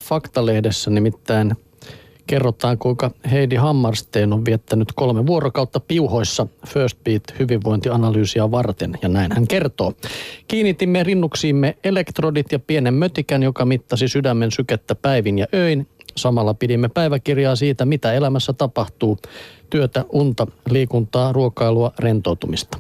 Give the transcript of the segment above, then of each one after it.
Faktalehdessä nimittäin kerrotaan, kuinka Heidi Hammarsten on viettänyt 3 vuorokautta piuhoissa First Beat hyvinvointianalyysiä varten, ja näin hän kertoo. Kiinnitimme rinnuksiimme elektrodit ja pienen mötikän, joka mittasi sydämen sykettä päivin ja öin. Samalla pidimme päiväkirjaa siitä, mitä elämässä tapahtuu. Työtä, unta, liikuntaa, ruokailua, rentoutumista.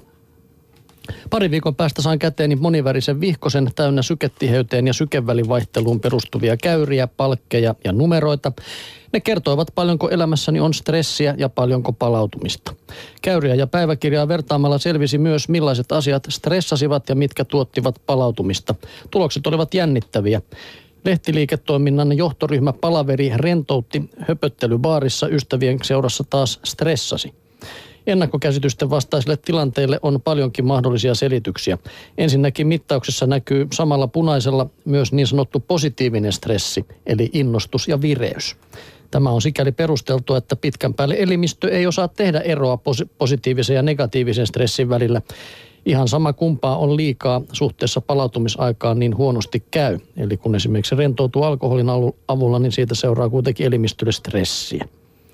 2 viikon päästä sain käteeni monivärisen vihkosen täynnä syketiheyteen ja sykevälivaihteluun perustuvia käyriä, palkkeja ja numeroita. Ne kertoivat, paljonko elämässäni on stressiä ja paljonko palautumista. Käyriä ja päiväkirjaa vertaamalla selvisi myös, millaiset asiat stressasivat ja mitkä tuottivat palautumista. Tulokset olivat jännittäviä. Lehtiliiketoiminnan johtoryhmä palaveri rentoutti, höpöttely baarissa ystävien seurassa taas stressasi. Ennakkokäsitysten vastaisille tilanteille on paljonkin mahdollisia selityksiä. Ensinnäkin mittauksessa näkyy samalla punaisella myös niin sanottu positiivinen stressi, eli innostus ja vireys. Tämä on sikäli perusteltua, että pitkän päälle elimistö ei osaa tehdä eroa positiivisen ja negatiivisen stressin välillä. Ihan sama kumpaa on liikaa suhteessa palautumisaikaan niin huonosti käy. Eli kun esimerkiksi rentoutuu alkoholin avulla, niin siitä seuraa kuitenkin elimistölle stressiä.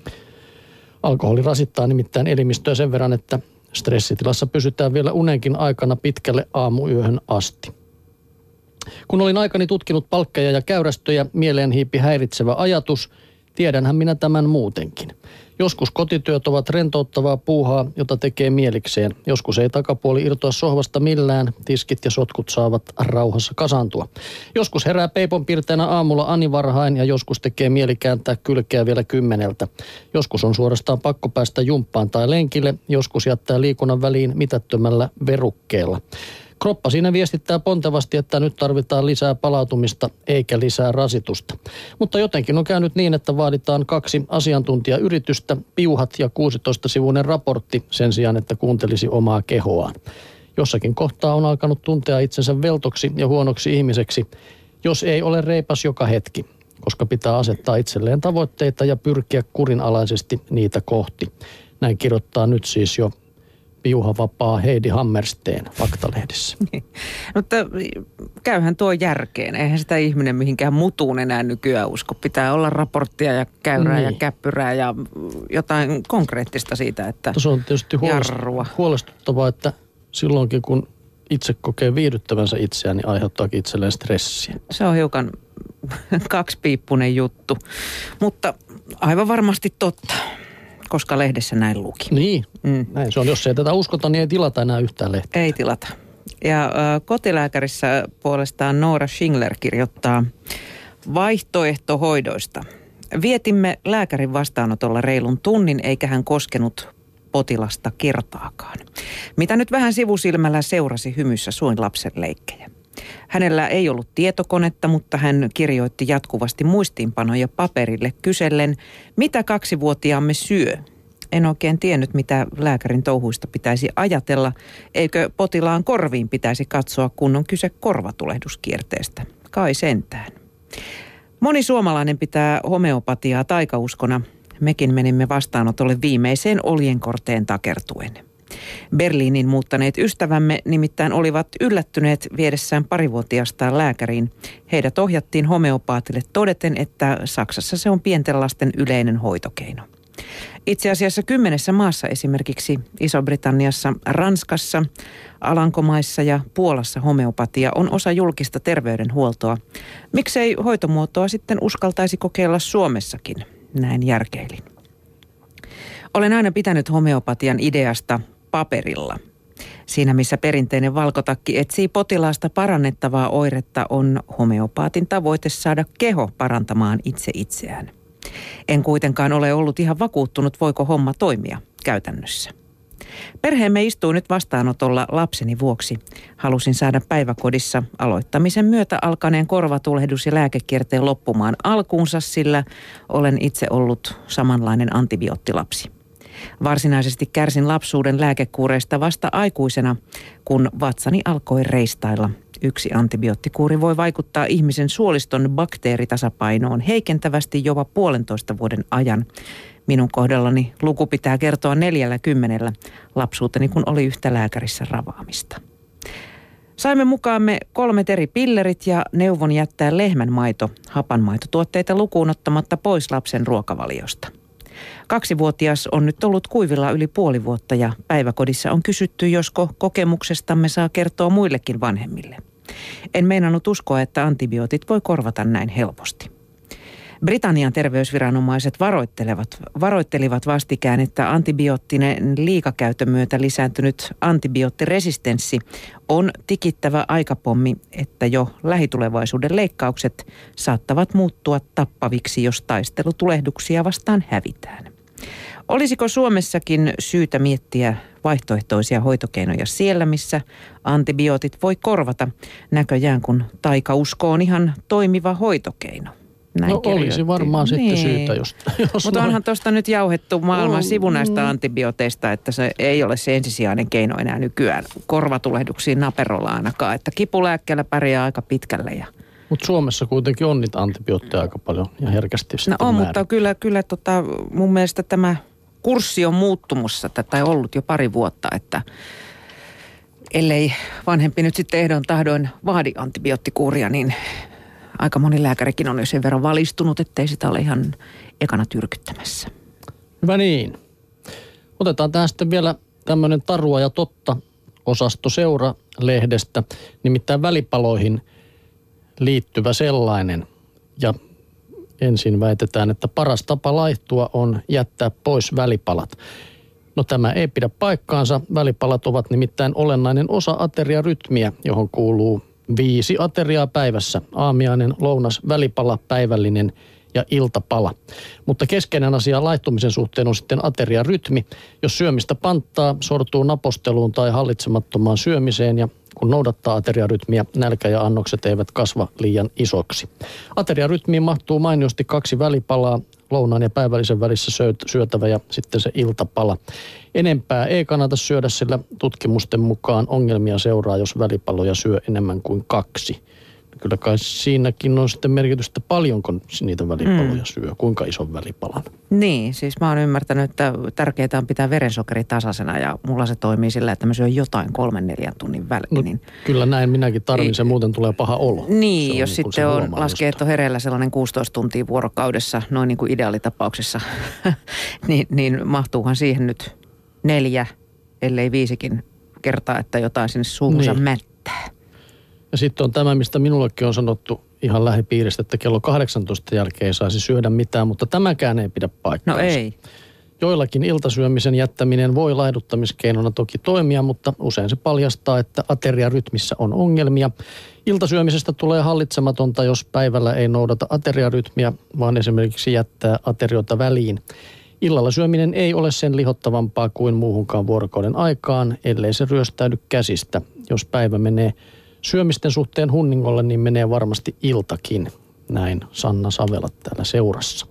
Alkoholi rasittaa nimittäin elimistöä sen verran, että stressitilassa pysytään vielä unenkin aikana pitkälle aamuyöhön asti. Kun olin aikani tutkinut palkkeja ja käyrästöjä, mieleen hiipi häiritsevä ajatus. Tiedänhän minä tämän muutenkin. Joskus kotityöt ovat rentouttavaa puuhaa, jota tekee mielikseen. Joskus ei takapuoli irtoa sohvasta millään, tiskit ja sotkut saavat rauhassa kasaantua. Joskus herää peiponpiirteenä aamulla anivarhain ja joskus tekee mieli kääntää kylkeä vielä 10. Joskus on suorastaan pakko päästä jumppaan tai lenkille, joskus jättää liikunnan väliin mitättömällä verukkeella. Kroppa siinä viestittää pontevasti, että nyt tarvitaan lisää palautumista eikä lisää rasitusta. Mutta jotenkin on käynyt niin, että vaaditaan 2 asiantuntijayritystä, piuhat ja 16-sivuinen raportti sen sijaan, että kuuntelisi omaa kehoaan. Jossakin kohtaa on alkanut tuntea itsensä veltoksi ja huonoksi ihmiseksi, jos ei ole reipas joka hetki, koska pitää asettaa itselleen tavoitteita ja pyrkiä kurinalaisesti niitä kohti. Näin kirjoittaa nyt siis jo piuhavapaa Heidi Hammarsten Faktalehdessä. Mutta käyhän tuo järkeen. Eihän sitä ihminen mihinkään mutuun enää nykyään usko. Pitää olla raporttia ja käyrää ja käppyrää ja jotain konkreettista siitä, että se on tietysti huolestuttavaa, että silloinkin kun itse kokee viihdyttävänsä itseään, niin aiheuttaakin itselleen stressiä. Se on hiukan kaksipiippunen juttu, mutta aivan varmasti totta. Koska lehdessä näin luki. Niin, näin se on. Jos ei tätä uskota, niin ei tilata enää yhtään lehteä. Ei tilata. Ja kotilääkärissä puolestaan Noora Schingler kirjoittaa vaihtoehtohoidoista. Vietimme lääkärin vastaanotolla reilun tunnin, eikä hän koskenut potilasta kertaakaan. Mitä nyt vähän sivusilmällä seurasi hymyssä suin lapsen leikkejä. Hänellä ei ollut tietokonetta, mutta hän kirjoitti jatkuvasti muistiinpanoja paperille kysellen, mitä 2-vuotiaamme syö. En oikein tiennyt, mitä lääkärin touhuista pitäisi ajatella, eikö potilaan korviin pitäisi katsoa, kun on kyse korvatulehduskierteestä. Kai sentään. Moni suomalainen pitää homeopatiaa taikauskona. Mekin menimme vastaanotolle viimeiseen oljenkorteen takertuen. Berliinin muuttaneet ystävämme nimittäin olivat yllättyneet viedessään 2-vuotiastaan lääkäriin. Heidät ohjattiin homeopaatille todeten, että Saksassa se on pienten lasten yleinen hoitokeino. Itse asiassa 10 maassa, esimerkiksi Iso-Britanniassa, Ranskassa, Alankomaissa ja Puolassa homeopatia on osa julkista terveydenhuoltoa. Miksei hoitomuotoa sitten uskaltaisi kokeilla Suomessakin? Näin järkeilin. Olen aina pitänyt homeopatian ideasta paperilla. Siinä missä perinteinen valkotakki etsii potilaasta parannettavaa oiretta, on homeopaatin tavoite saada keho parantamaan itse itseään. En kuitenkaan ole ollut ihan vakuuttunut, voiko homma toimia käytännössä. Perheemme istuu nyt vastaanotolla lapseni vuoksi. Halusin saada päiväkodissa aloittamisen myötä alkaneen korvatulehdus- ja lääkekierteen loppumaan alkuunsa, sillä olen itse ollut samanlainen antibioottilapsi. Varsinaisesti kärsin lapsuuden lääkekuureista vasta aikuisena, kun vatsani alkoi reistailla. Yksi antibioottikuuri voi vaikuttaa ihmisen suoliston bakteeritasapainoon heikentävästi jopa 1,5 vuoden ajan. Minun kohdallani luku pitää kertoa 40, lapsuuteni kun oli yhtä lääkärissä ravaamista. Saimme mukaamme 3 eri pillerit ja neuvon jättää lehmänmaito, hapanmaitotuotteita lukuun ottamatta pois lapsen ruokavaliosta. 2-vuotias on nyt ollut kuivilla yli puoli vuotta ja päiväkodissa on kysytty, josko kokemuksestamme saa kertoa muillekin vanhemmille. En meinannut uskoa, että antibiootit voi korvata näin helposti. Britannian terveysviranomaiset varoittelivat vastikään, että antibioottinen liikakäytön myötä lisääntynyt antibioottiresistenssi on tikittävä aikapommi, että jo lähitulevaisuuden leikkaukset saattavat muuttua tappaviksi, jos taistelutulehduksia vastaan hävitään. Olisiko Suomessakin syytä miettiä vaihtoehtoisia hoitokeinoja siellä, missä antibiootit voi korvata, näköjään kun taikausko on ihan toimiva hoitokeino? Näin olisi varmaan sitten syytä, jos mutta onhan tuosta nyt jauhettu maailman sivu näistä antibiooteista, että se ei ole se ensisijainen keino enää nykyään korvatulehduksiin naperolla ainakaan, että kipulääkkeellä pärjää aika pitkälle. Mutta Suomessa kuitenkin on niitä antibiootteja aika paljon ja herkästi sitten on, mutta kyllä mun mielestä tämä kurssi on muuttumassa tai ollut jo pari vuotta, että ellei vanhempi nyt sitten ehdon tahdoin vaadi antibioottikuuria, niin aika moni lääkärikin on jo sen verran valistunut, ettei sitä ole ihan ekana tyrkyttämässä. Hyvä niin. Otetaan tähän sitten vielä tämmöinen Tarua ja totta -osasto Seura-lehdestä, nimittäin välipaloihin liittyvä sellainen. Ja ensin väitetään, että paras tapa laihtua on jättää pois välipalat. No tämä ei pidä paikkaansa. Välipalat ovat nimittäin olennainen osa ateriarytmiä, johon kuuluu 5 ateriaa päivässä: aamiainen, lounas, välipala, päivällinen ja iltapala. Mutta keskeinen asia laihtumisen suhteen on sitten ateriarytmi. Jos syömistä panttaa, sortuu naposteluun tai hallitsemattomaan syömiseen ja kun noudattaa ateriarytmiä, nälkä ja annokset eivät kasva liian isoksi. Ateriarytmiin mahtuu mainiosti 2 välipalaa, lounaan ja päivällisen välissä syötävä ja sitten se iltapala. Enempää ei kannata syödä, sillä tutkimusten mukaan ongelmia seuraa, jos välipaloja syö enemmän kuin 2. Kyllä kai siinäkin on sitten merkitystä, paljonko niitä välipaloja syö, kuinka ison välipalan. Niin, siis mä oon ymmärtänyt, että tärkeää on pitää verensokeri tasaisena ja mulla se toimii sillä, että mä syön jotain 3-4 tunnin välein. No, niin kyllä näin minäkin tarvitsen, muuten tulee paha olo. Niin, jos sitten laskee, että on hereillä sellainen 16 tuntia vuorokaudessa, noin niin kuin ideaalitapauksessa, niin mahtuuhan siihen nyt 4, ellei 5kin kertaa, että jotain sinne suuhunsa mättää. Ja sitten on tämä, mistä minullekin on sanottu ihan lähipiiristä, että kello 18 jälkeen ei saisi syödä mitään, mutta tämäkään ei pidä paikkaansa. No ei. Joillakin iltasyömisen jättäminen voi laihduttamiskeinona toki toimia, mutta usein se paljastaa, että ateriarytmissä on ongelmia. Iltasyömisestä tulee hallitsematonta, jos päivällä ei noudata ateriarytmiä, vaan esimerkiksi jättää aterioita väliin. Illalla syöminen ei ole sen lihottavampaa kuin muuhunkaan vuorokauden aikaan, ellei se ryöstäydy käsistä. Jos päivä menee syömisten suhteen hunningolle, niin menee varmasti iltakin. Näin Sanna Savela täällä Seurassa.